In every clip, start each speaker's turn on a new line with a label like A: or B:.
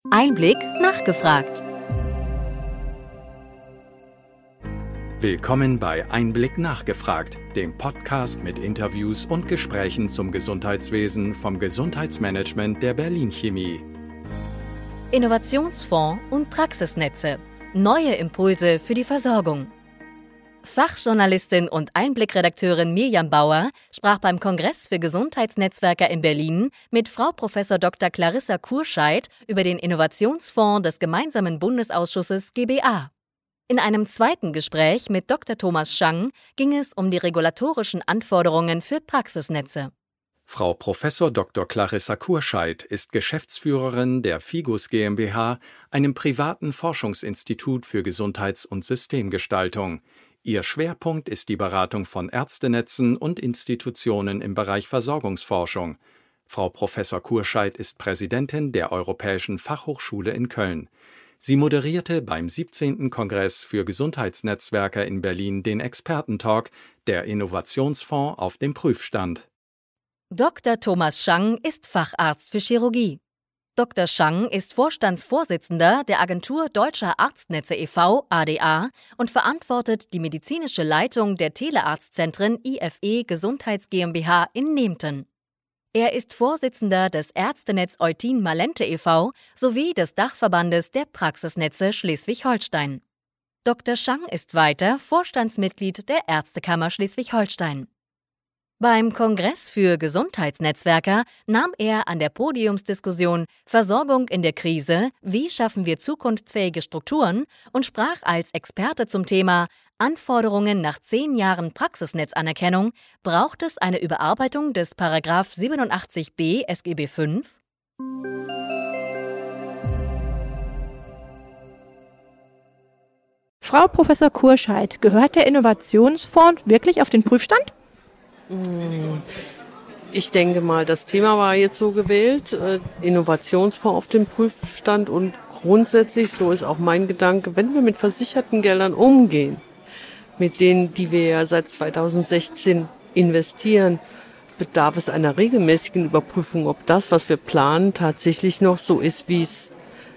A: Einblick nachgefragt.
B: Willkommen bei Einblick nachgefragt, dem Podcast mit Interviews und Gesprächen zum Gesundheitswesen vom Gesundheitsmanagement der Berlin Chemie.
A: Innovationsfonds und Praxisnetze. Neue Impulse für die Versorgung. Fachjournalistin und Einblickredakteurin Mirjam Bauer sprach beim Kongress für Gesundheitsnetzwerker in Berlin mit Frau Prof. Dr. Clarissa Kurscheid über den Innovationsfonds des gemeinsamen Bundesausschusses GBA. In einem zweiten Gespräch mit Dr. Thomas Schang ging es um die regulatorischen Anforderungen für Praxisnetze.
B: Frau Prof. Dr. Clarissa Kurscheid ist Geschäftsführerin der FIGUS GmbH, einem privaten Forschungsinstitut für Gesundheits- und Systemgestaltung. Ihr Schwerpunkt ist die Beratung von Ärztenetzen und Institutionen im Bereich Versorgungsforschung. Frau Prof. Kurscheid ist Präsidentin der Europäischen Fachhochschule in Köln. Sie moderierte beim 17. Kongress für Gesundheitsnetzwerker in Berlin den Expertentalk Der Innovationsfonds auf dem Prüfstand.
A: Dr. Thomas Schang ist Facharzt für Chirurgie. Dr. Schang ist Vorstandsvorsitzender der Agentur Deutscher Arztnetze e.V. ADA und verantwortet die medizinische Leitung der Telearztzentren IFE Gesundheits GmbH in Nempten. Er ist Vorsitzender des Ärztenetz Eutin Malente e.V. sowie des Dachverbandes der Praxisnetze Schleswig-Holstein. Dr. Schang ist weiter Vorstandsmitglied der Ärztekammer Schleswig-Holstein. Beim Kongress für Gesundheitsnetzwerker nahm er an der Podiumsdiskussion Versorgung in der Krise, wie schaffen wir zukunftsfähige Strukturen und sprach als Experte zum Thema Anforderungen nach 10 Jahren Praxisnetzanerkennung, braucht es eine Überarbeitung des § 87b SGB V?
C: Frau Prof. Kurscheid, gehört der Innovationsfonds wirklich auf den Prüfstand?
D: Ich denke mal, das Thema war jetzt so gewählt, Innovationsfonds auf dem Prüfstand, und grundsätzlich, so ist auch mein Gedanke, wenn wir mit versicherten Geldern umgehen, mit denen, die wir ja seit 2016 investieren, bedarf es einer regelmäßigen Überprüfung, ob das, was wir planen, tatsächlich noch so ist, wie es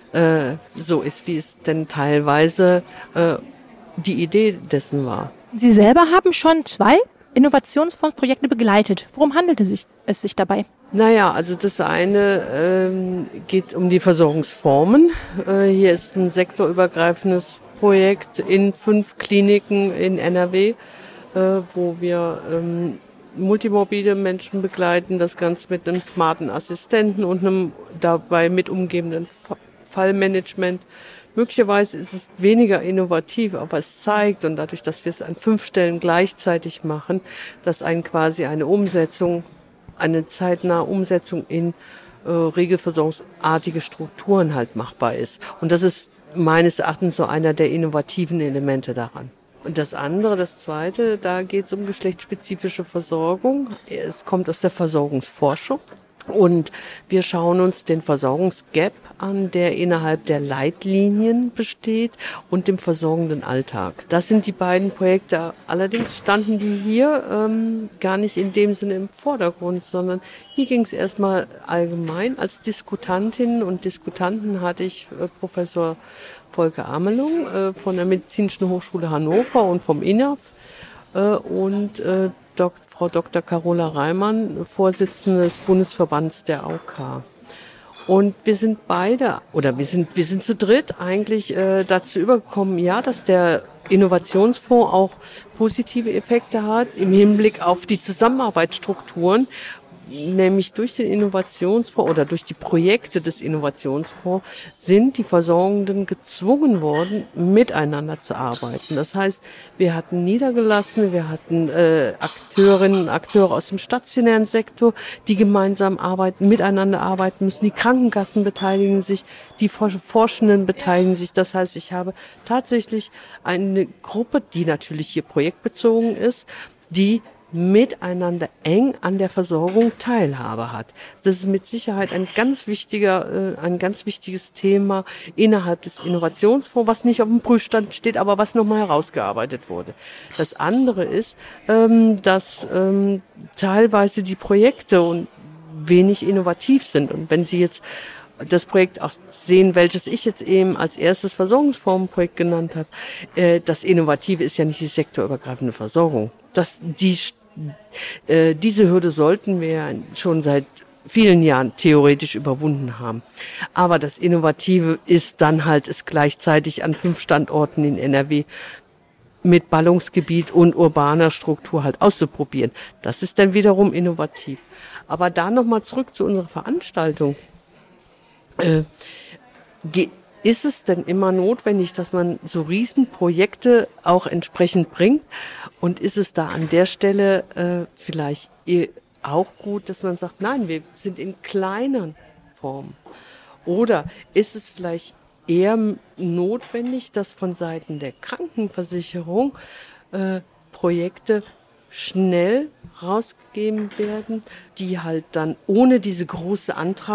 D: denn teilweise die Idee dessen war.
C: Sie selber haben schon 2 Innovationsfondsprojekte begleitet. Worum handelt es sich dabei?
D: Naja, also das eine geht um die Versorgungsformen. Hier ist ein sektorübergreifendes Projekt in 5 Kliniken in NRW, wo wir multimorbide Menschen begleiten, das Ganze mit einem smarten Assistenten und einem dabei mit umgebenden Fallmanagement. Möglicherweise ist es weniger innovativ, aber es zeigt, und dadurch, dass wir es an 5 Stellen gleichzeitig machen, dass quasi eine zeitnahe Umsetzung in regelversorgungsartige Strukturen halt machbar ist. Und das ist meines Erachtens so einer der innovativen Elemente daran. Und das zweite, da geht es um geschlechtsspezifische Versorgung. Es kommt aus der Versorgungsforschung. Und wir schauen uns den Versorgungsgap an, der innerhalb der Leitlinien besteht, und dem versorgenden Alltag. Das sind die beiden Projekte. Allerdings standen die hier gar nicht in dem Sinne im Vordergrund, sondern hier ging es erstmal allgemein. Als Diskutantinnen und Diskutanten hatte ich Professor Volker Amelung von der Medizinischen Hochschule Hannover und vom INAF und Frau Dr. Carola Reimann, Vorsitzende des Bundesverbands der AOK. Und wir sind zu dritt eigentlich dazu übergekommen, ja, dass der Innovationsfonds auch positive Effekte hat im Hinblick auf die Zusammenarbeitsstrukturen, nämlich durch den Innovationsfonds oder durch die Projekte des Innovationsfonds sind die Versorgenden gezwungen worden, miteinander zu arbeiten. Das heißt, wir hatten Niedergelassene, wir hatten Akteurinnen und Akteure aus dem stationären Sektor, die gemeinsam miteinander arbeiten müssen. Die Krankenkassen beteiligen sich, die Forschenden beteiligen sich. Das heißt, ich habe tatsächlich eine Gruppe, die natürlich hier projektbezogen ist, die miteinander eng an der Versorgung Teilhabe hat. Das ist mit Sicherheit ein ganz wichtiges Thema innerhalb des Innovationsfonds, was nicht auf dem Prüfstand steht, aber was nochmal herausgearbeitet wurde. Das andere ist, dass teilweise die Projekte wenig innovativ sind. Und wenn Sie jetzt das Projekt auch sehen, welches ich jetzt eben als erstes Versorgungsformenprojekt genannt habe. Das Innovative ist ja nicht die sektorübergreifende Versorgung. Diese Hürde sollten wir ja schon seit vielen Jahren theoretisch überwunden haben. Aber das Innovative ist dann halt, es gleichzeitig an 5 Standorten in NRW mit Ballungsgebiet und urbaner Struktur halt auszuprobieren. Das ist dann wiederum innovativ. Aber da nochmal zurück zu unserer Veranstaltung. Ist es denn immer notwendig, dass man so Riesenprojekte auch entsprechend bringt? Und ist es da an der Stelle vielleicht auch gut, dass man sagt, nein, wir sind in kleineren Formen? Oder ist es vielleicht eher notwendig, dass von Seiten der Krankenversicherung Projekte schnell rausgegeben werden, die halt dann ohne diese große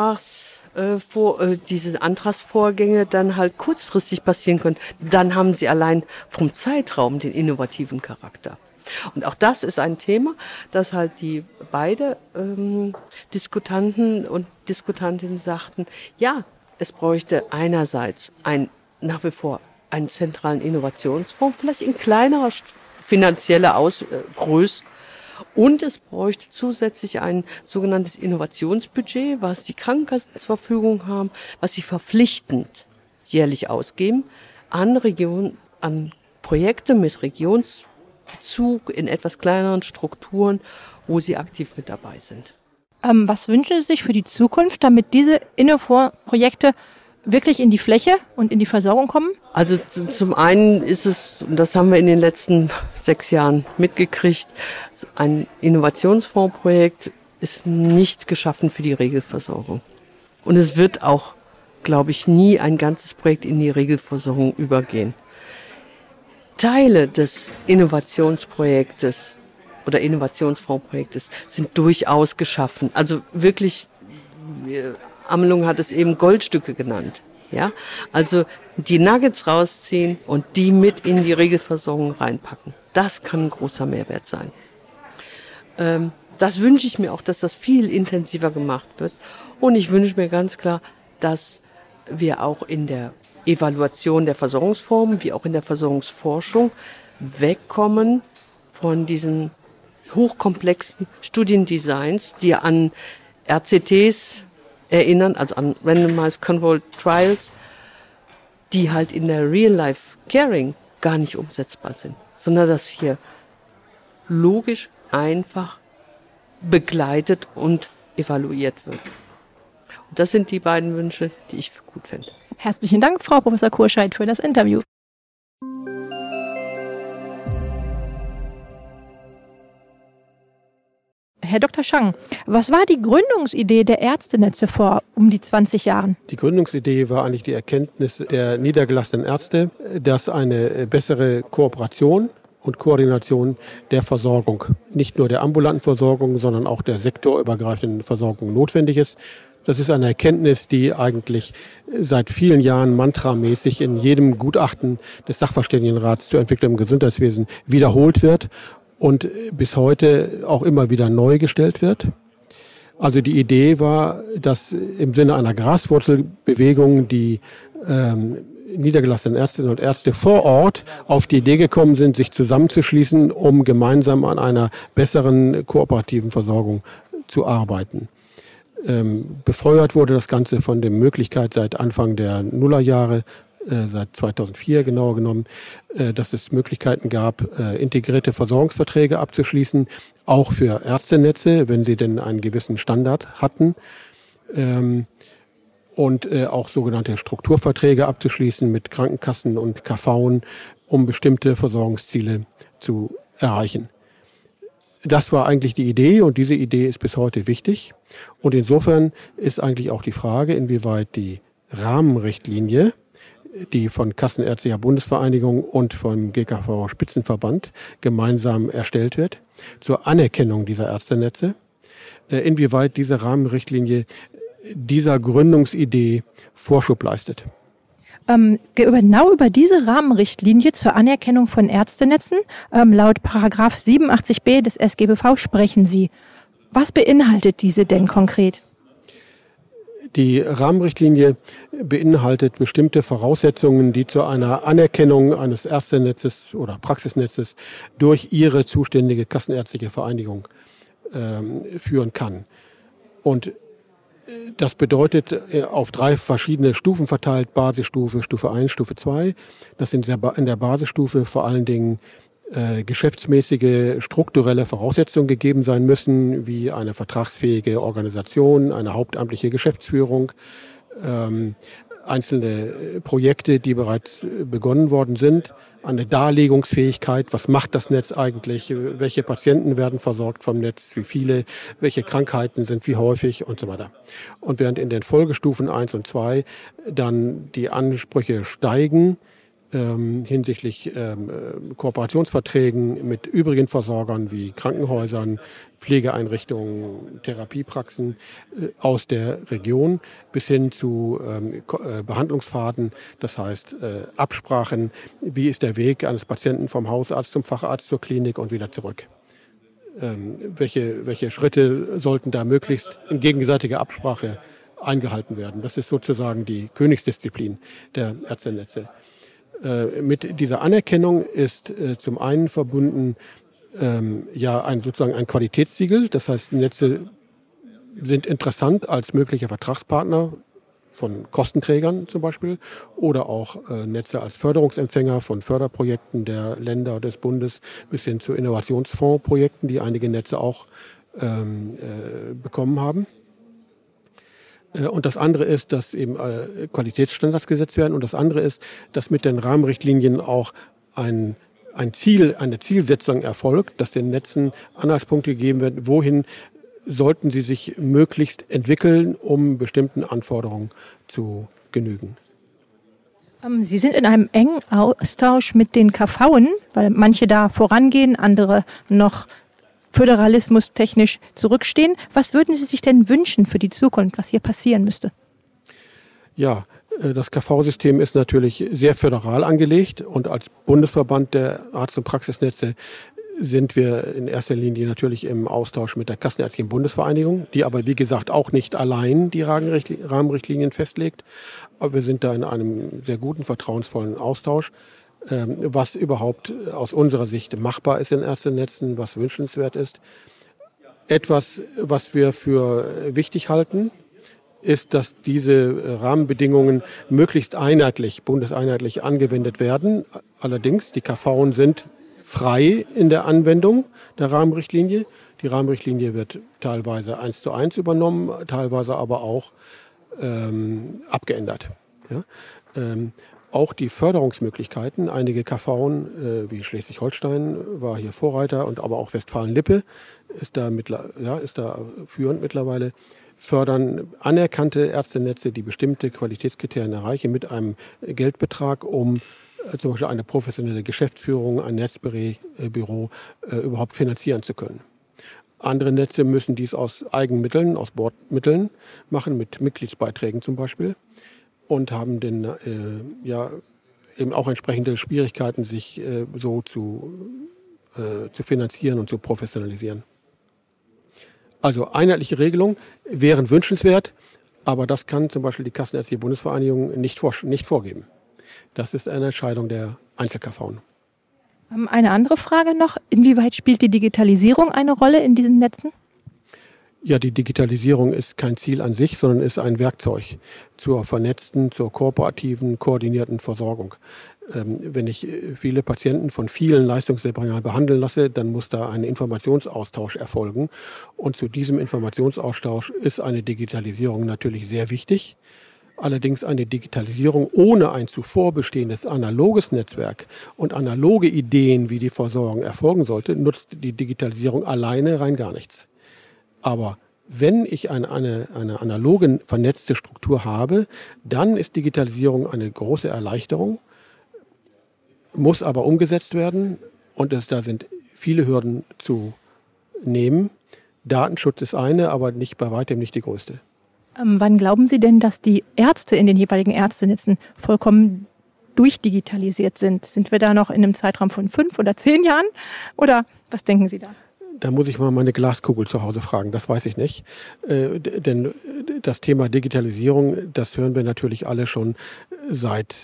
D: diese Antragsvorgänge dann halt kurzfristig passieren können? Dann haben sie allein vom Zeitraum den innovativen Charakter. Und auch das ist ein Thema, dass halt die beide Diskutanten und Diskutantinnen sagten, ja, es bräuchte einerseits nach wie vor einen zentralen Innovationsfonds, vielleicht in kleinerer finanzieller Größe. Und es bräuchte zusätzlich ein sogenanntes Innovationsbudget, was die Krankenkassen zur Verfügung haben, was sie verpflichtend jährlich ausgeben, an Projekte mit Regionsbezug in etwas kleineren Strukturen, wo sie aktiv mit dabei sind.
C: Was wünschen Sie sich für die Zukunft, damit diese Innofonds-Projekte wirklich in die Fläche und in die Versorgung kommen?
D: Also zum einen ist es, und das haben wir in den letzten 6 Jahren mitgekriegt, ein Innovationsfondsprojekt ist nicht geschaffen für die Regelversorgung. Und es wird auch, glaube ich, nie ein ganzes Projekt in die Regelversorgung übergehen. Teile des Innovationsprojektes oder Innovationsfondsprojektes sind durchaus geschaffen. Also wirklich, Amelung hat es eben Goldstücke genannt. Ja, also die Nuggets rausziehen und die mit in die Regelversorgung reinpacken. Das kann ein großer Mehrwert sein. Das wünsche ich mir auch, dass das viel intensiver gemacht wird. Und ich wünsche mir ganz klar, dass wir auch in der Evaluation der Versorgungsformen wie auch in der Versorgungsforschung wegkommen von diesen hochkomplexen Studiendesigns, die an RCTs erinnern, also an Randomized Controlled Trials, die halt in der Real-Life-Caring gar nicht umsetzbar sind, sondern dass hier logisch einfach begleitet und evaluiert wird. Und das sind die beiden Wünsche, die ich gut finde.
C: Herzlichen Dank, Frau Professor Kurscheid, für das Interview. Herr Dr. Schang, was war die Gründungsidee der Ärztenetze vor um die 20 Jahren?
E: Die Gründungsidee war eigentlich die Erkenntnis der niedergelassenen Ärzte, dass eine bessere Kooperation und Koordination der Versorgung, nicht nur der ambulanten Versorgung, sondern auch der sektorübergreifenden Versorgung notwendig ist. Das ist eine Erkenntnis, die eigentlich seit vielen Jahren mantramäßig in jedem Gutachten des Sachverständigenrats zur Entwicklung im Gesundheitswesen wiederholt wird und bis heute auch immer wieder neu gestellt wird. Also die Idee war, dass im Sinne einer Graswurzelbewegung die niedergelassenen Ärztinnen und Ärzte vor Ort auf die Idee gekommen sind, sich zusammenzuschließen, um gemeinsam an einer besseren kooperativen Versorgung zu arbeiten. Befeuert wurde das Ganze von der Möglichkeit seit Anfang der Nullerjahre, seit 2004 genauer genommen, dass es Möglichkeiten gab, integrierte Versorgungsverträge abzuschließen, auch für Ärztenetze, wenn sie denn einen gewissen Standard hatten, und auch sogenannte Strukturverträge abzuschließen mit Krankenkassen und KVen, um bestimmte Versorgungsziele zu erreichen. Das war eigentlich die Idee und diese Idee ist bis heute wichtig. Und insofern ist eigentlich auch die Frage, inwieweit die Rahmenrichtlinie, die von Kassenärztlicher Bundesvereinigung und vom GKV Spitzenverband gemeinsam erstellt wird, zur Anerkennung dieser Ärztenetze, inwieweit diese Rahmenrichtlinie dieser Gründungsidee Vorschub leistet.
C: Genau über diese Rahmenrichtlinie zur Anerkennung von Ärztenetzen, laut Paragraph 87b des SGBV sprechen Sie. Was beinhaltet diese denn konkret?
E: Die Rahmenrichtlinie beinhaltet bestimmte Voraussetzungen, die zu einer Anerkennung eines Ärztenetzes oder Praxisnetzes durch ihre zuständige kassenärztliche Vereinigung führen kann. Und das bedeutet auf 3 verschiedene Stufen verteilt: Basisstufe, Stufe 1, Stufe 2. Das sind in der Basisstufe vor allen Dingen geschäftsmäßige, strukturelle Voraussetzungen gegeben sein müssen, wie eine vertragsfähige Organisation, eine hauptamtliche Geschäftsführung, einzelne Projekte, die bereits begonnen worden sind, eine Darlegungsfähigkeit, was macht das Netz eigentlich, welche Patienten werden versorgt vom Netz, wie viele, welche Krankheiten sind wie häufig und so weiter. Und während in den Folgestufen 1 und 2 dann die Ansprüche steigen, hinsichtlich Kooperationsverträgen mit übrigen Versorgern wie Krankenhäusern, Pflegeeinrichtungen, Therapiepraxen aus der Region bis hin zu Behandlungspfaden, das heißt Absprachen, wie ist der Weg eines Patienten vom Hausarzt zum Facharzt zur Klinik und wieder zurück. Welche Schritte sollten da möglichst in gegenseitiger Absprache eingehalten werden. Das ist sozusagen die Königsdisziplin der Ärztenetze. Mit dieser Anerkennung ist zum einen verbunden sozusagen ein Qualitätssiegel. Das heißt, Netze sind interessant als möglicher Vertragspartner von Kostenträgern zum Beispiel oder auch Netze als Förderungsempfänger von Förderprojekten der Länder, des Bundes bis hin zu Innovationsfondsprojekten, die einige Netze auch bekommen haben. Und das andere ist, dass eben Qualitätsstandards gesetzt werden. Und das andere ist, dass mit den Rahmenrichtlinien auch eine Zielsetzung erfolgt, dass den Netzen Anhaltspunkte gegeben werden, wohin sollten sie sich möglichst entwickeln, um bestimmten Anforderungen zu genügen.
C: Sie sind in einem engen Austausch mit den KVen, weil manche da vorangehen, andere noch föderalismus technisch zurückstehen. Was würden Sie sich denn wünschen für die Zukunft, was hier passieren müsste?
E: Ja, das KV-System ist natürlich sehr föderal angelegt und als Bundesverband der Arzt- und Praxisnetze sind wir in erster Linie natürlich im Austausch mit der Kassenärztlichen Bundesvereinigung, die aber wie gesagt auch nicht allein die Rahmenrichtlinien festlegt. Aber wir sind da in einem sehr guten, vertrauensvollen Austausch, was überhaupt aus unserer Sicht machbar ist in Ärztenetzen, was wünschenswert ist. Etwas, was wir für wichtig halten, ist, dass diese Rahmenbedingungen möglichst bundeseinheitlich angewendet werden. Allerdings, die KVen sind frei in der Anwendung der Rahmenrichtlinie. Die Rahmenrichtlinie wird teilweise 1:1 übernommen, teilweise aber auch abgeändert. Ja? Auch die Förderungsmöglichkeiten, einige KVen wie Schleswig-Holstein war hier Vorreiter und aber auch Westfalen-Lippe ist da führend mittlerweile, fördern anerkannte Ärztenetze, die bestimmte Qualitätskriterien erreichen, mit einem Geldbetrag, um zum Beispiel eine professionelle Geschäftsführung, ein Netzbüro überhaupt finanzieren zu können. Andere Netze müssen dies aus Eigenmitteln, aus Bordmitteln machen, mit Mitgliedsbeiträgen zum Beispiel, und haben eben auch entsprechende Schwierigkeiten, sich so zu finanzieren und zu professionalisieren. Also einheitliche Regelungen wären wünschenswert, aber das kann zum Beispiel die Kassenärztliche Bundesvereinigung nicht vorgeben. Das ist eine Entscheidung der Einzel-KVen.
C: Eine andere Frage noch. Inwieweit spielt die Digitalisierung eine Rolle in diesen Netzen?
E: Ja, die Digitalisierung ist kein Ziel an sich, sondern ist ein Werkzeug zur vernetzten, zur kooperativen, koordinierten Versorgung. Wenn ich viele Patienten von vielen Leistungserbringern behandeln lasse, dann muss da ein Informationsaustausch erfolgen. Und zu diesem Informationsaustausch ist eine Digitalisierung natürlich sehr wichtig. Allerdings eine Digitalisierung ohne ein zuvor bestehendes analoges Netzwerk und analoge Ideen, wie die Versorgung erfolgen sollte, nutzt die Digitalisierung alleine rein gar nichts. Aber wenn ich eine analoge vernetzte Struktur habe, dann ist Digitalisierung eine große Erleichterung, muss aber umgesetzt werden und da sind viele Hürden zu nehmen. Datenschutz ist eine, aber bei weitem nicht die größte.
C: Wann glauben Sie denn, dass die Ärzte in den jeweiligen Ärztenetzen vollkommen durchdigitalisiert sind? Sind wir da noch in einem Zeitraum von 5 oder 10 Jahren? Oder was denken Sie da?
E: Da muss ich mal meine Glaskugel zu Hause fragen, das weiß ich nicht. Denn das Thema Digitalisierung, das hören wir natürlich alle schon seit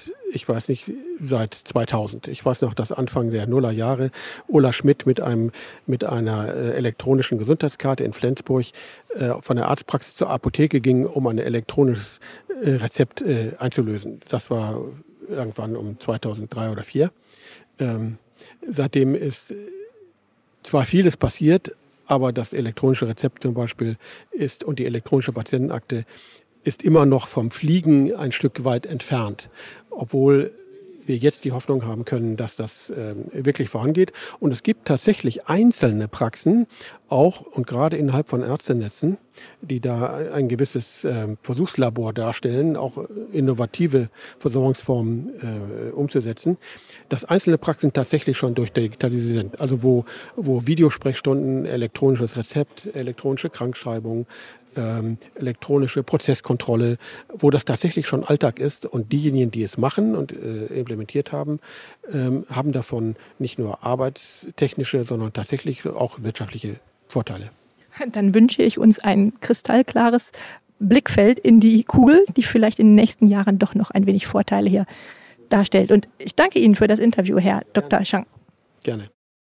E: 2000. Ich weiß noch, dass Anfang der Nullerjahre Ulla Schmidt mit einer elektronischen Gesundheitskarte in Flensburg von der Arztpraxis zur Apotheke ging, um ein elektronisches Rezept einzulösen. Das war irgendwann um 2003 oder 2004. Seitdem ist zwar vieles passiert, aber das elektronische Rezept zum Beispiel und die elektronische Patientenakte ist immer noch vom Fliegen ein Stück weit entfernt, obwohl wir jetzt die Hoffnung haben können, dass das wirklich vorangeht. Und es gibt tatsächlich einzelne Praxen, auch und gerade innerhalb von Ärztenetzen, die da ein gewisses Versuchslabor darstellen, auch innovative Versorgungsformen umzusetzen, dass einzelne Praxen tatsächlich schon durchdigitalisiert sind. Also wo Videosprechstunden, elektronisches Rezept, elektronische Krankschreibung, elektronische Prozesskontrolle, wo das tatsächlich schon Alltag ist und diejenigen, die es machen und implementiert haben, haben davon nicht nur arbeitstechnische, sondern tatsächlich auch wirtschaftliche Vorteile.
C: Dann wünsche ich uns ein kristallklares Blickfeld in die Kugel, die vielleicht in den nächsten Jahren doch noch ein wenig Vorteile hier darstellt. Und ich danke Ihnen für das Interview, Herr Dr. Shang.
E: Gerne.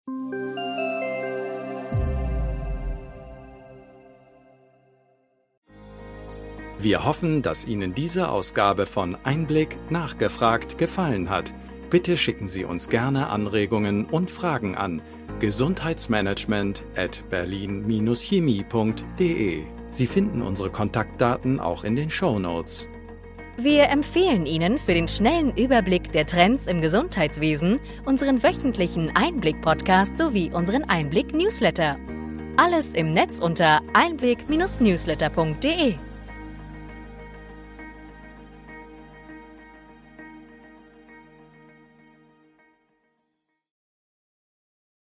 B: Wir hoffen, dass Ihnen diese Ausgabe von Einblick nachgefragt gefallen hat. Bitte schicken Sie uns gerne Anregungen und Fragen an gesundheitsmanagement@berlin-chemie.de. Sie finden unsere Kontaktdaten auch in den Shownotes.
A: Wir empfehlen Ihnen für den schnellen Überblick der Trends im Gesundheitswesen unseren wöchentlichen Einblick-Podcast sowie unseren Einblick-Newsletter. Alles im Netz unter einblick-newsletter.de.